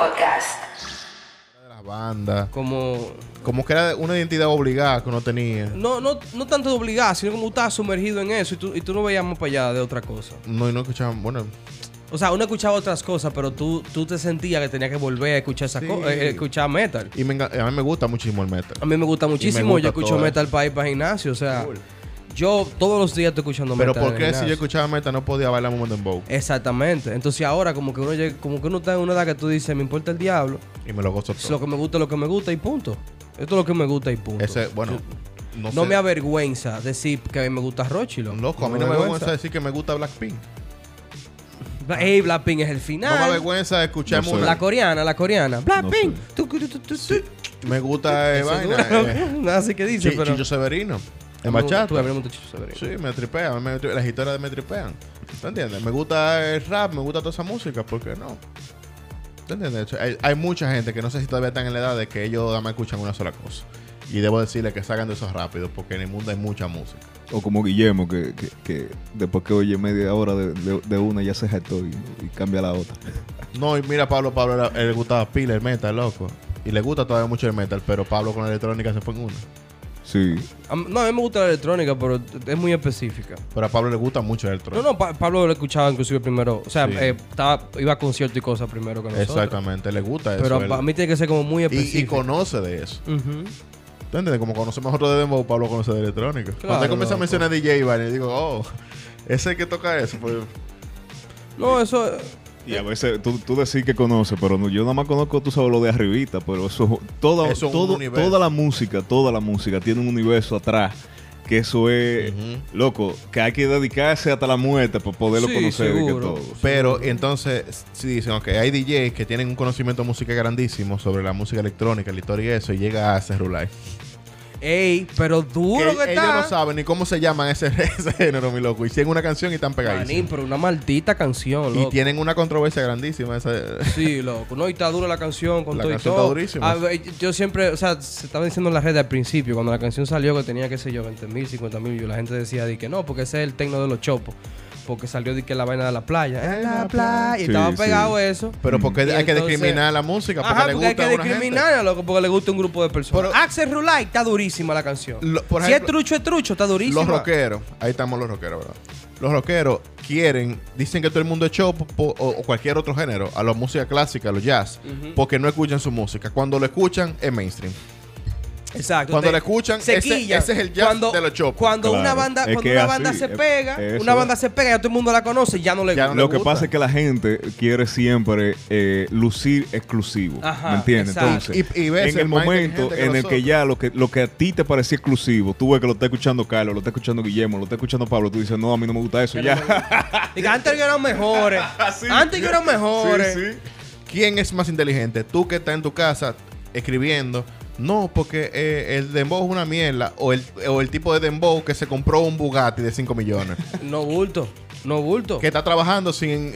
Podcast. De las bandas. Como que era una identidad obligada que uno tenía. no tanto de obligar, sino como estabas sumergido en eso y tú no veías más para allá de otra cosa. No, y no escuchaban, bueno. O sea, uno escuchaba otras cosas, pero tú te sentías que tenías que volver a escuchar Sí. escuchar metal. Y a mí me gusta muchísimo el metal. A mí me gusta muchísimo. gusta Yo escucho todo metal para ir para gimnasio. O sea, Cool. yo todos los días estoy escuchando Pero metal. ¿por en qué el si yo gimnasio. escuchaba metal no podía bailar un dembow? Exactamente. Entonces ahora como que uno está en una edad que tú dices, me importa el diablo. Y me lo gozo Si todo. lo que me gusta y punto. Esto es lo que me gusta y punto. Bueno, no sé. me avergüenza decir que a mí me gusta Rochilo. Loco, a mí no me avergüenza decir que me gusta Blackpink. Hey, Blackpink es el No final. me avergüenza escuchar No sé. La coreana. Blackpink. sé. Me gusta Eso es vaina. duro. Nada así que dice, pero... Chicho Severino. En Tú bachata. me gusta Chicho Severino. Sí, me tripean. Las historias me tripean. ¿Te entiendes? Me gusta el rap, me gusta toda esa música. ¿Por qué no? ¿Te entiendes? Hay mucha gente que no sé si todavía están en la edad de que ellos nada más escuchan una sola cosa. Y debo decirle que salgan de eso rápido porque en el mundo hay mucha música. O como Guillermo, que después que oye media hora de una ya se jactó y cambia la otra. No, y mira, Pablo él le gustaba pila el metal, loco. Y le gusta todavía mucho el metal, pero Pablo con la electrónica se fue en una. Sí. No, a mí me gusta la electrónica, pero es muy específica. Pero a Pablo le gusta mucho la electrónica. No, Pablo lo escuchaba inclusive primero. O sea, Sí. iba a conciertos y cosas primero que nosotros. Exactamente, le gusta eso. Pero él. para mí tiene que ser como muy específico. Y conoce de eso. Ujú. ¿Tú entiendes? Como conocemos nosotros de Dembow, Pablo conoce de electrónica. Cuando él comienza a loco. mencionar DJ, y digo, oh, ese que toca eso. Pues, No, eso... Y a veces tú decís que conoces, pero no, yo nada más conozco, tú sabes, lo de arribita, pero eso, Eso es un universo. toda la música tiene un universo atrás, que eso es, loco, que hay que dedicarse hasta la muerte para poderlo Sí, conocer y que seguro. todo. pero entonces, si dicen, ok, hay DJs que tienen un conocimiento de música grandísimo sobre la música electrónica, la historia y eso, y llega a Cerulai. Ey, pero duro que Ellos está. no saben ni cómo se llaman ese género, mi loco. Hicieron una canción y están Manín, pegadísimos. pero una maldita canción, Y loco. tienen una controversia grandísima. Sí, loco. No, y está dura la canción con La todo y canción todo. está durísima. A ver, yo siempre, o sea, se estaba diciendo en la red al principio, cuando la canción salió que tenía, qué sé yo, 20,000, 50,000, y la gente decía de que no, porque ese es el tecno de los chopos. Porque salió de que la vaina de la playa. En la playa. Y Sí, estaba sí. pegado eso. Pero porque Y hay que entonces- discriminar la música porque Ajá, le porque hay gusta que a una gente. discriminar, loco, porque le gusta un grupo de personas. Pero- Axel Rulay está durísima la canción. Por Si ejemplo, es trucho, está durísima. los rockeros, ahí estamos los rockeros, ¿verdad? Los rockeros dicen que todo el mundo es chop o cualquier otro género, a la música clásica, a los jazz, porque no escuchan su música. Cuando lo escuchan, es mainstream. Exacto. Cuando lo escuchan, ese es el jazz de los chopos. Cuando Claro. una banda, Es cuando que una es banda así, se pega, eso una es. banda se pega, ya todo el mundo la conoce, ya no le Ya gusta. no Lo le que gusta. pasa es que la gente quiere siempre lucir exclusivo. Ajá, ¿Me entiendes? exacto. Entonces, Y ves en el más momento inteligente que en el que nosotros. ya lo que a ti te parecía exclusivo, tú ves que lo está escuchando Carlos, lo está escuchando Guillermo, lo está escuchando Pablo, tú dices, no, a mí no me gusta eso. Ya. Diga, antes yo eran mejores. Sí. Antes yo eran mejores. Sí, sí. ¿Quién es más inteligente? Tú que estás en tu casa escribiendo. No, porque el dembow es una mierda. O el tipo de dembow que se compró un Bugatti de 5 millones. No bulto. No bulto. Que está trabajando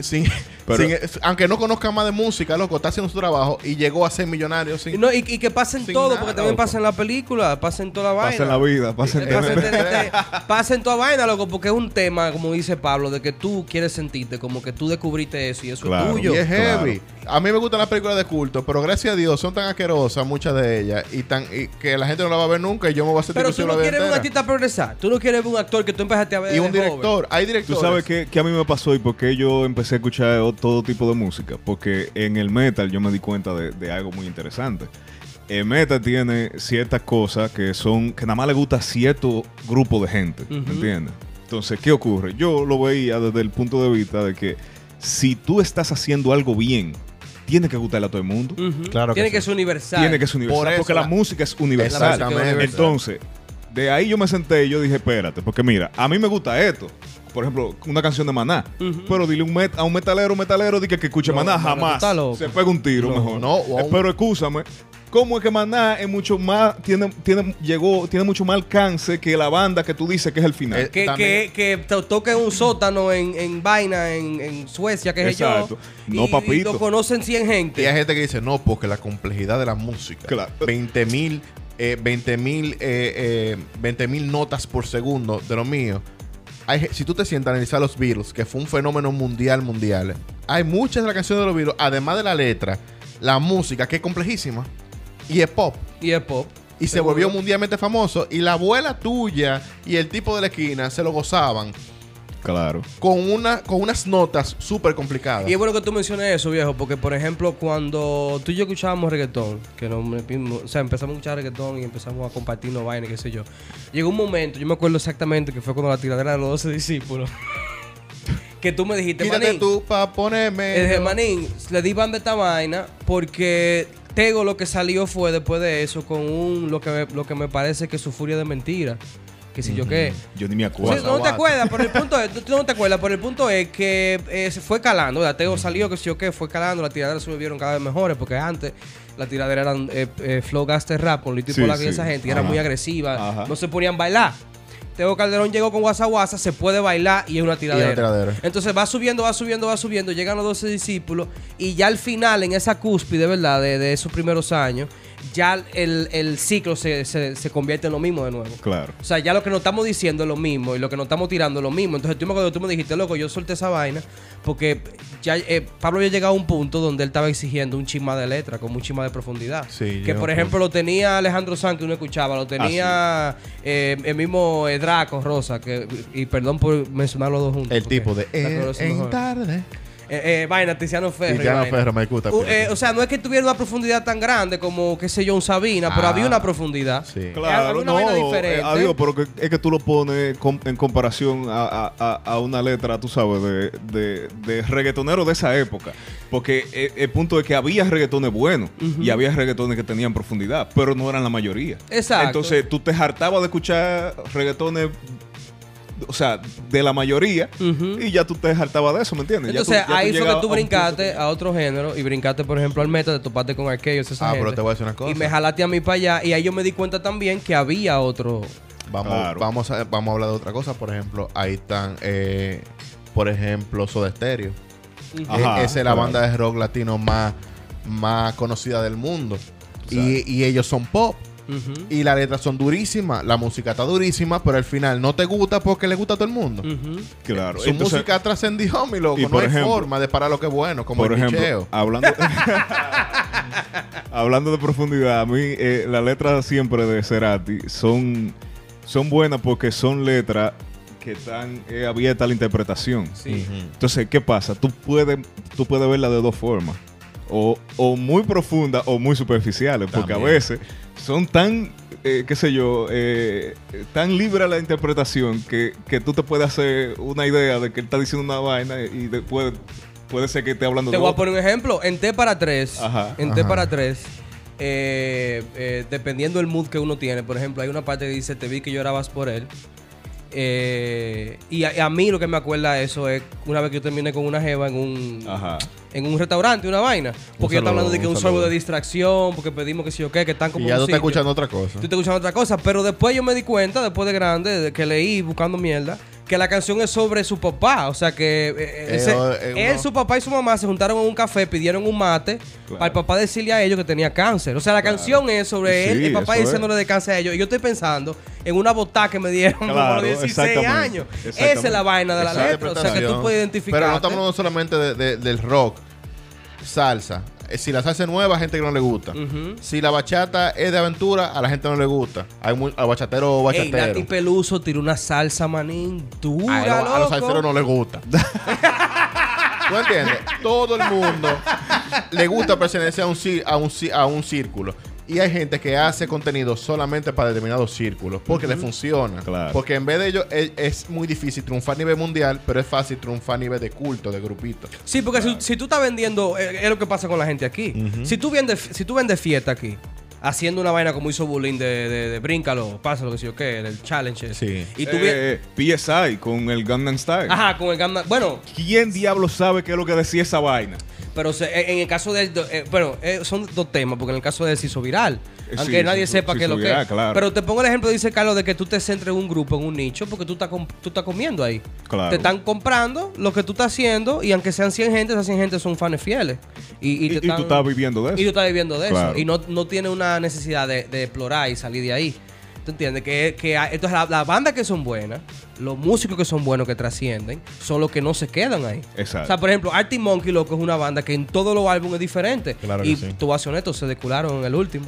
aunque no conozca más de música, loco, está haciendo su trabajo y llegó a ser millonario sin... Y, no, y que pasen Sin todo, nada, porque también loco. pasa en la película, pasa en toda la vaina. Pasa en la vida, pasa en Pasa en toda vaina, loco, porque es un tema, como dice Pablo, de que tú quieres sentirte como que tú descubriste eso y eso Claro. es tuyo. Y es Claro. heavy. A mí me gustan las películas de culto, pero gracias a Dios son tan asquerosas muchas de ellas y que la gente no la va a ver nunca y yo me voy a sentir Pero que tú soy no la vida quieres ver un entera. artista progresar. Tú no quieres ver un actor que tú empezaste a ver Y un de joven. director. Hay Tú directores. sabes que a mí me pasó y por qué yo empecé a escuchar todo tipo de música. Porque en el metal yo me di cuenta de algo muy interesante. El metal tiene ciertas cosas que nada más le gusta a cierto grupo de gente. ¿Me entiendes? Entonces, ¿qué ocurre? Yo lo veía desde el punto de vista de que si tú estás haciendo algo bien, tiene que gustarle a todo el mundo. Ujú. Claro que Tiene sí. que ser universal. Tiene que ser Por universal. eso Porque la música es universal. Exactamente. Entonces, de ahí yo me senté y yo dije, espérate, porque mira, a mí me gusta esto. Por ejemplo, una canción de Maná. Pero dile a un metalero di que escuche No, Maná, Maná, tú jamás. estás loco. Se pega un tiro No, mejor. no, o a un- Pero escúchame. ¿Cómo es que Maná es mucho más, tiene mucho más alcance que la banda que tú dices que es el final? Que te toque un sótano en vaina en Suecia, que es Exacto. yo. No, y papito. lo conocen 100 Y gente. hay gente que dice, no, porque la complejidad de la música. Claro. 20,000 notas por segundo de lo mío. Si tú te sientas a analizar los Beatles, que fue un fenómeno mundial, hay muchas de las canciones de los Beatles, además de la letra, la música, que es complejísima, y es pop. Y es pop. Y se volvió mundialmente famoso. Y la abuela tuya y el tipo de la esquina se lo gozaban Claro. con unas notas súper complicadas. Y es bueno que tú menciones eso, viejo, porque por ejemplo, cuando tú y yo escuchábamos reggaetón, que o sea, empezamos a escuchar reggaetón y empezamos a compartirnos vainas, qué sé yo. Llegó un momento, yo me acuerdo exactamente que fue cuando la tiradera de los 12 discípulos. Que tú me dijiste, Quítate manín, tú pa' ponerme. dije, manín, le di banda a esta vaina porque Tego lo que salió fue después de eso con lo que me parece que su furia de mentira. Que si yo qué. Yo ni me Sí, acuerdo. no te acuerdas, pero el punto es, tú no te acuerdas, pero el punto es que se fue calando, ¿verdad? Tego salió, que si yo qué, fue calando, las tiraderas se volvieron cada vez mejores, porque antes las tiraderas eran Flow Gaster Rap con Lito y Sí, Polaco y sí. esa gente, y era Ajá. muy agresiva, Ajá. no se ponían a bailar. Tego Calderón llegó con Guasa Guasa, se puede bailar y es una tiradera. Y una tiradera. Entonces va subiendo, llegan los 12 discípulos y ya al final, en esa cúspide, ¿verdad? De esos primeros años, ya el ciclo se convierte en lo mismo de nuevo. Claro. O sea, ya lo que nos estamos diciendo es lo mismo y lo que nos estamos tirando es lo mismo. Entonces, tú me acuerdo que tú me dijiste, loco, yo solté esa vaina porque ya Pablo había llegado a un punto donde él estaba exigiendo un chisma de letra, con un chisma de profundidad. Sí, que, yo, por ejemplo, lo tenía Alejandro Sanz, que uno escuchaba, lo tenía el mismo Draco Rosa, y perdón por mencionar los dos juntos. El porque tipo de Draco Rosa es en mejor. tarde. Vaina, Tiziano Ferro. Tiziano vaina. Ferro me gusta. O sea, no es que tuviera una profundidad tan grande como, qué sé yo, un Sabina, pero había una profundidad. Sí. Claro, Había una no, vaina diferente. adiós, pero es que tú lo pones en comparación a una letra, tú sabes, de reggaetonero de esa época. Porque el punto es que había reggaetones buenos y había reggaetones que tenían profundidad, pero no eran la mayoría. Exacto. Entonces tú te hartabas de escuchar reggaetones, o sea, de la mayoría, y ya tú te hartabas de eso, ¿me entiendes? Entonces, ya tú ahí fue que llegabas a tú un punto brincaste a otro género y brincaste, por ejemplo, al meta, te topaste con Arqueos, esa gente. Pero te voy a decir una cosa. Y me jalaste a mí para allá y ahí yo me di cuenta también que había otro. Vamos, Claro. vamos a hablar de otra cosa. Por ejemplo, ahí están, por ejemplo, Soda Stereo. Ajá, Esa es la claro. banda de rock latino más conocida del mundo. Y ellos son pop. Y las letras son durísimas. La música está durísima, pero al final no te gusta porque le gusta a todo el mundo. Claro. Su Entonces, música trascendió, mi loco. y No por hay ejemplo- forma de parar lo que es bueno, como por el ejemplo, picheo. hablando de profundidad, a mí las letras siempre de Cerati son buenas porque son letras que están abiertas a la interpretación. Sí. Entonces, ¿qué pasa? Tú puedes verla de dos formas. O muy profunda o muy superficiales. Porque También. a veces son tan, qué sé yo, tan libre a la interpretación que tú te puedes hacer una idea de que él está diciendo una vaina y después puede ser que esté hablando Te de voy a otra. poner un ejemplo. En T para 3, Ajá. en T para 3, dependiendo del mood que uno tiene, por ejemplo, hay una parte que dice, te vi que llorabas por él. Y a mí lo que me acuerda de eso es una vez que yo terminé con una jeva Ajá. en un restaurante, una vaina. Porque yo estaba hablando de que un un sorbo saludo. de distracción, porque pedimos que sí o qué, que están como Y ya en tú un estás sitio. escuchando otra cosa. Tú estás escuchando otra cosa, pero después yo me di cuenta, después de grande, de que leí buscando mierda, que la canción es sobre su papá. O sea que él, su papá y su mamá se juntaron en un café, pidieron un mate para el papá decirle a ellos que tenía cáncer. O sea, la canción es sobre Sí, él, el papá eso diciéndole de cáncer a ellos. Y yo estoy pensando en una botá que me dieron como a Claro, los 16 exactamente, años. exactamente. Esa es la vaina de la Esa letra. O sea, que tú interpretación. puedes identificar. Pero no estamos hablando solamente del rock. Salsa. Si la salsa es nueva, a gente que no le gusta. Si la bachata es de aventura, a la gente no le gusta. Hay a bachatero o Ey, bachatero. Nati Peluso tiró una salsa, manín, dura, A los loco. salseros no les gusta. ¿Tú entiendes? Todo el mundo le gusta pertenecer a un círculo. Y hay gente que hace contenido solamente para determinados círculos porque le funciona. Claro. Porque en vez de ello es muy difícil triunfar a nivel mundial, pero es fácil triunfar a nivel de culto, de grupito. Sí, porque si tú estás vendiendo, es lo que pasa con la gente aquí. Si tú vendes fiesta aquí, haciendo una vaina como hizo Bulín de bríncalo, pásalo, que sé yo qué, del challenge. Sí. Y tú PSI con el Gangnam Style. Ajá, con el Gangnam. Bueno, ¿Quién diablo sabe qué es lo que decía esa vaina? pero en el caso de él, son dos temas, porque en el caso de él se hizo viral. Aunque Sí, nadie sí, sepa sí, qué es lo sí, que es. claro. Pero te pongo el ejemplo, dice Carlos, de que tú te centres en un grupo, en un nicho, porque tú estás comiendo ahí. Claro. Te están comprando lo que tú estás haciendo, y aunque sean 100 gente, esas 100 gente son fans fieles. Y Y tú estás viviendo de eso. Y tú estás viviendo de Claro. eso. Y no tiene una necesidad de explorar y salir de ahí. ¿Tú entiendes? Entonces, las bandas que son buenas, los músicos que son buenos, que trascienden, son los que no se quedan ahí. Exacto. O sea, por ejemplo, Arctic Monkey, loco, es una banda que en todos los álbumes es diferente. Claro y que sí. tú vas a ser honesto, se decularon en el último.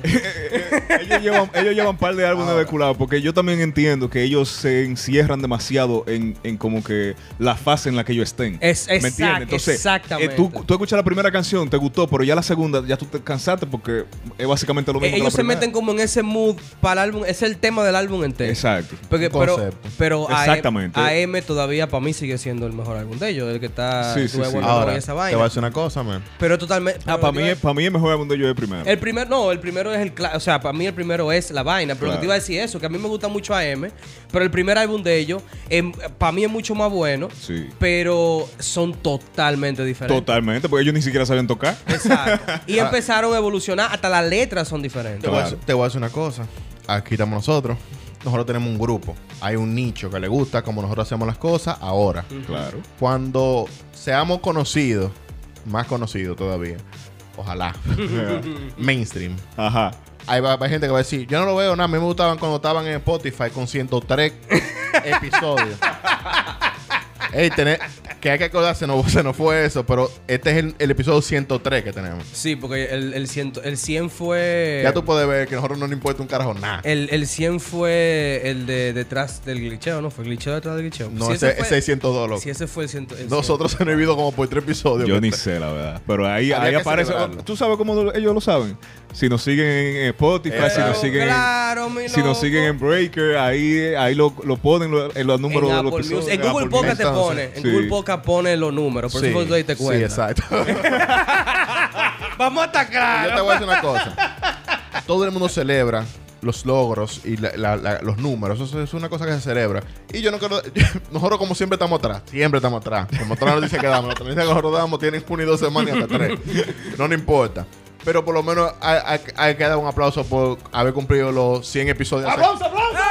ellos llevan un par de álbumes de culado, porque yo también entiendo que ellos se encierran demasiado en como que la fase en la que ellos estén. ¿Me entiendes? Entonces, exactamente. Tú escuchas la primera canción, te gustó, pero ya la segunda, ya tú te cansaste porque es básicamente lo mismo que la ellos se primera. meten como en ese mood para el álbum, es el tema del álbum entero. Exacto. Pero Exactamente. AM todavía para mí sigue siendo el mejor álbum de ellos, el que está Sí, sí, sí. Ahora, esa te vaina. voy a decir una cosa, man. Pero totalmente. Para mí el mejor álbum de ellos es el primero. El primero es o sea, para mí el primero es la vaina. Pero Claro. te iba a decir eso, que a mí me gusta mucho AM, pero el primer álbum de ellos, para mí es mucho más bueno, Sí. pero son totalmente diferentes. Totalmente, porque ellos ni siquiera sabían tocar. Exacto. Y empezaron a evolucionar, hasta las letras son diferentes. Te voy a decir una cosa. Aquí estamos nosotros. Nosotros tenemos un grupo. Hay un nicho que le gusta como nosotros hacemos las cosas ahora. Claro. Cuando seamos conocidos, más conocidos todavía, ojalá, mainstream, Ajá. hay gente que va a decir, yo no lo veo nada, a mí me gustaban cuando estaban en Spotify con 103 episodios. Ey, que hay que acordarse, se nos fue eso, pero este es el episodio 103 que tenemos. Sí, porque el 100 fue... Ya tú puedes ver que a nosotros no nos importa un carajo nada. El 100 fue el de detrás del glitcheo, ¿no? Fue glitcheo detrás del glitcheo. No, Sí, ese fue- es 602, loco. Sí, ese fue el 100. Nosotros se nos olvidó como por 3 episodios. Yo ni ¿verdad? sé, la verdad. Pero ahí Habría que aparece. celebrarlo. ¿Tú sabes cómo ellos lo saben? Si nos siguen en Spotify, si nos siguen, claro, mi si nos loco. siguen en Breaker, ahí lo ponen en los números En de los Apple episodios. Music. En Google Apple Podcast te Music. pone. En Sí. Google Podcast pone los números. Por Sí, eso tú te diste sí, cuenta. exacto. Vamos a estar claros. Yo te voy a decir una cosa. Todo el mundo celebra los logros y los números. Eso es una cosa que se celebra. Y yo no quiero... Nosotros como siempre estamos atrás. Siempre estamos atrás. Como todas las noticias que damos. Las noticias que nosotros damos tienen 1 y 2 semanas y hasta 3. No nos importa. Pero por lo menos hay que dar un aplauso por haber cumplido los 100 episodios. ¡Aplauso!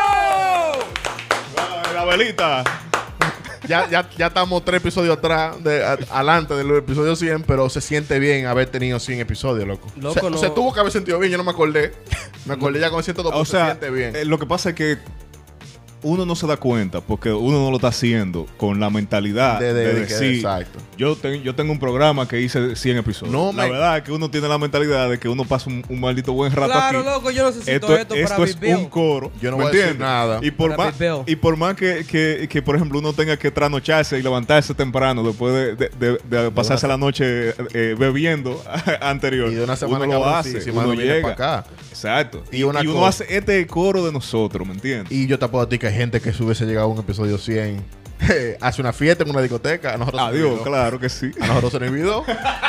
La velita. Ya estamos 3 episodios atrás, adelante del episodio 100, pero se siente bien haber tenido 100 episodios, loco. Loco, no. Se tuvo que haber sentido bien, yo no me acordé. Me acordé ya con el 102, O se sea, siente bien. lo que pasa es que uno no se da cuenta porque uno no lo está haciendo con la mentalidad de decir, exacto. yo tengo un programa que hice 100 episodios. No, la verdad es que uno tiene la mentalidad de que uno pasa un maldito buen rato Claro, aquí. loco, yo necesito esto para es vivir. un coro. Yo no ¿me voy a decir entiendes? nada. Y por más que, por ejemplo, uno tenga que trasnocharse y levantarse temprano después de pasarse la noche bebiendo anterior. Y de una semana uno lo hace, cabroncísima, uno no viene llega. para acá. Exacto. Y Y una uno cosa. hace este coro de nosotros, ¿me entiendes? Y yo te puedo decir que hay gente que se hubiese llegado a un episodio 100, hace una fiesta en una discoteca. A nosotros se nos Adiós, olvidó. claro que sí. A nosotros se nos olvidó.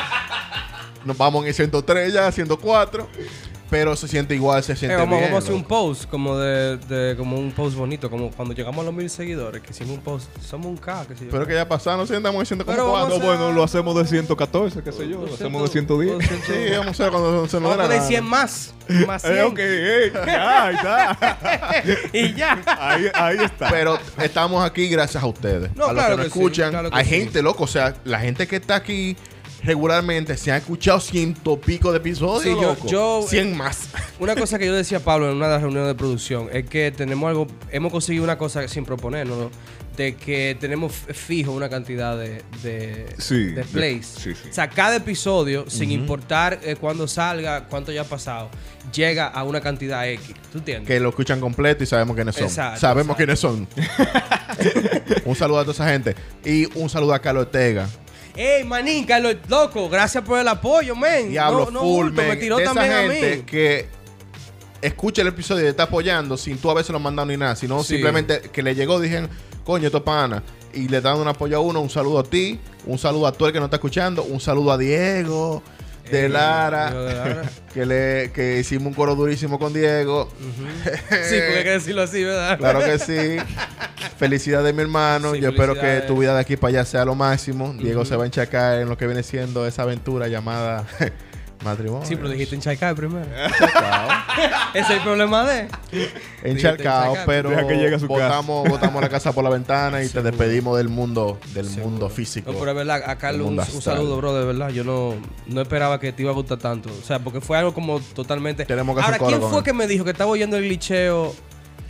Nos vamos en el 103 ya, 104. Pero se siente igual, se siente Vamos bien. a hacer un loco. post como como un post bonito, como cuando llegamos a los 1000 seguidores, que hicimos un post, somos un K, que sé yo. Pero que ya pasaron, sí, andamos en Pero vamos 104. No, bueno, lo hacemos de 114, qué sé yo. Lo hacemos de 110. Sí, vamos a hacer cuando se nos Vamos a dé la poner gana. 100 más. Más 100. Ok, ya, ahí está. Y ya. Ahí está. Pero estamos aquí gracias a ustedes. No, a los claro que nos que sí, escuchan. claro que Hay sí. gente, loco. O sea, la gente que está aquí regularmente se ha escuchado 100 y pico de episodios. Sí, loco. yo 100 más. Una cosa que yo decía a Pablo en una de las reuniones de producción es que hemos conseguido una cosa sin proponernos, ¿no? De que tenemos fijo una cantidad de plays. sí, sí. O sea, cada episodio, sin importar cuándo salga, cuánto ya ha pasado, llega a una cantidad X. ¿Tú entiendes? Que lo escuchan completo y sabemos quiénes son. Exacto, Sabemos exacto. quiénes son. Un saludo a toda esa gente. Y un saludo a Carlos Ortega. ¡Ey, manín, Carlos, loco! Gracias por el apoyo, men. Diablo no, full, bulto, man. me tiró de esa también a gente mí. que escucha el episodio y te está apoyando sin tú a veces lo mandado ni nada, sino Sí. simplemente que le llegó, dijeron, coño, esto es pana. Y le dan un apoyo a uno, un saludo a ti, un saludo a todo el que nos está escuchando, un saludo a Diego de Lara, Diego de Lara. que hicimos un coro durísimo con Diego. Sí, porque hay que decirlo así, ¿verdad? Claro que sí. Felicidades, mi hermano. Sí, yo espero que felicidades. tu vida de aquí para allá sea lo máximo. Diego se va a enchacar en lo que viene siendo esa aventura llamada matrimonio. Sí, pero dijiste en Chaicay primero. Encharcado. Ese es el problema de... Encharcado, Dijiste pero Deja que llegue a su botamos la casa por la ventana y te Seguro. despedimos del mundo Seguro. físico. No, pero es verdad, a Carlos El un mundo astral. saludo, bro, de verdad. Yo no esperaba que te iba a gustar tanto. O sea, porque fue algo como totalmente... Tenemos que hacer Ahora, un coro ¿quién con fue él. que me dijo que estaba oyendo el glitcheo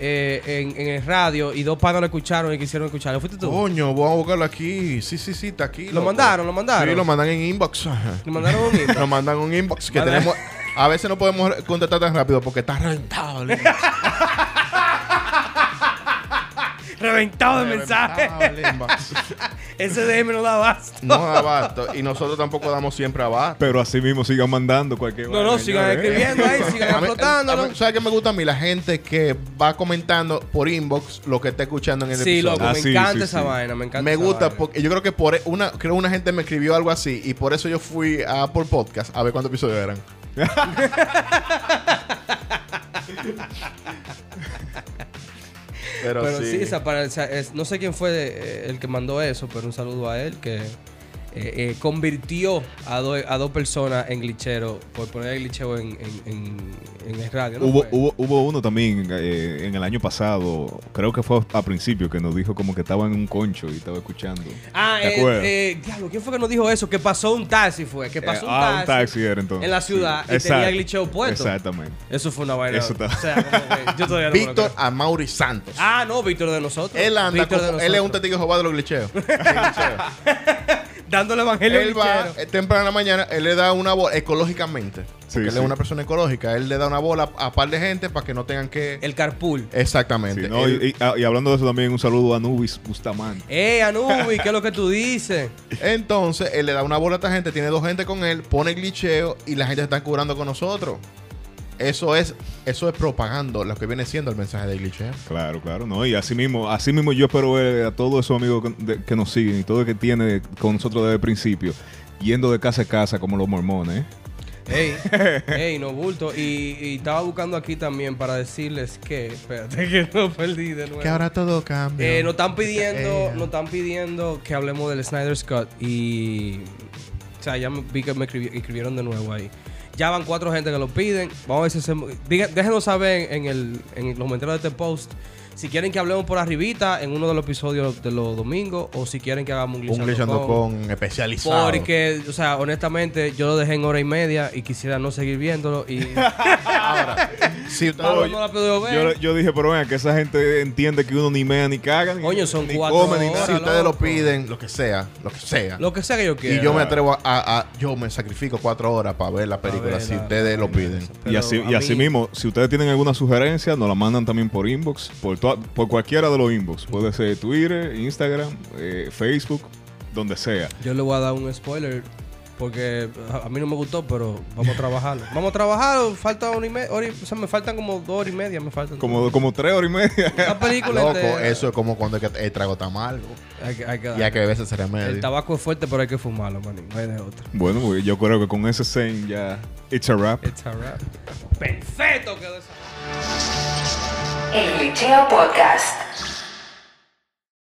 en el radio y 2 panas lo escucharon y quisieron escucharlo. ¿Fuiste tú? Coño, voy a buscarlo aquí. Sí, está aquí. ¿Lo mandaron? Sí, lo mandan en inbox. ¿Lo mandaron un inbox? Lo mandan un inbox que tenemos... A veces no podemos contestar tan rápido porque está reventado el inbox. Reventado de mensajes. Ese DM no da abasto. No da abasto. Y nosotros tampoco damos siempre abasto. Pero así mismo sigan mandando cualquier... No, sigan escribiendo ahí, sigan explotándolo. ¿Sabes qué me gusta a mí? La gente que va comentando por inbox lo que está escuchando en el episodio. Sí, loco, me encanta esa vaina, me encanta. Me gusta porque yo creo que creo una gente me escribió algo así y por eso yo fui a Apple Podcast a ver cuántos episodios eran. Pero sí, no sé quién fue el que mandó eso, pero un saludo a él que convirtió a dos personas en glitchero por poner el glitcheo en el radio. ¿No hubo uno también en el año pasado, creo que fue a principio, que nos dijo como que estaba en un concho y estaba escuchando. Diablo, ¿quién fue que nos dijo eso? Que pasó un taxi un taxi era entonces. En la ciudad y tenía el glitcheo puesto. Exactamente. Eso fue una vaina. Eso está. O sea, yo todavía no Víctor Amaury Santos. No, Víctor de nosotros. Él anda él es un testigo de Jehová de los glitcheos. Dándole evangelio. Él va temprano en la mañana, él le da una bola ecológicamente. Porque él es una persona ecológica. Él le da una bola a par de gente para que no tengan que... El carpool. Exactamente. Sí, no, y hablando de eso también, un saludo a Anubis Bustamante. Anubis, ¿qué es lo que tú dices? Entonces, él le da una bola a esta gente, tiene 2 gente con él, pone glitcheo y la gente se está curando con nosotros. Eso es propagando lo que viene siendo el mensaje de glitcheo. Claro, no, y así mismo yo espero ver a todos esos amigos que nos siguen y todo el que tiene con nosotros desde el principio, yendo de casa a casa como los mormones. No bulto. Y estaba buscando aquí también para decirles que, espérate que no perdí de nuevo. Que ahora todo cambia. Nos están pidiendo que hablemos del Snyder's Cut y, o sea, ya vi que me escribieron de nuevo ahí. Ya van 4 gente que lo piden. Vamos a ver si déjenos saber en los comentarios de este post si quieren que hablemos por arribita en uno de los episodios de los domingos o si quieren que hagamos un glitchando con especializado. Porque, o sea, honestamente, yo lo dejé en 1:30 y quisiera no seguir viéndolo y... Ahora, si usted no la puedo ver. Yo dije, pero venga, que esa gente entiende que uno ni mea ni caga. Coño, son ni 4 come, horas, ni nada. Si ustedes lo piden, lo que sea. Lo que sea que yo quiera. Y yo me atrevo yo me sacrifico 4 horas para ver la película si ustedes lo piden. Y así mismo, si ustedes tienen alguna sugerencia, nos la mandan también por inbox, por cualquiera de los inbox. Puede ser Twitter, Instagram, Facebook, donde sea. Yo le voy a dar un spoiler porque a mí no me gustó, pero vamos a trabajarlo. Falta 1 hora y media. O sea, me faltan como 2 horas y media. Como 3 horas y media. La película Loco, eso es como cuando el trago está amargo. Y hay que beberse ese remedio. El tabaco es fuerte, pero hay que fumarlo, manín. No hay de otra. Bueno, yo creo que con ese saying ya... It's a wrap. Perfecto quedó esa. El Glitcheo Podcast.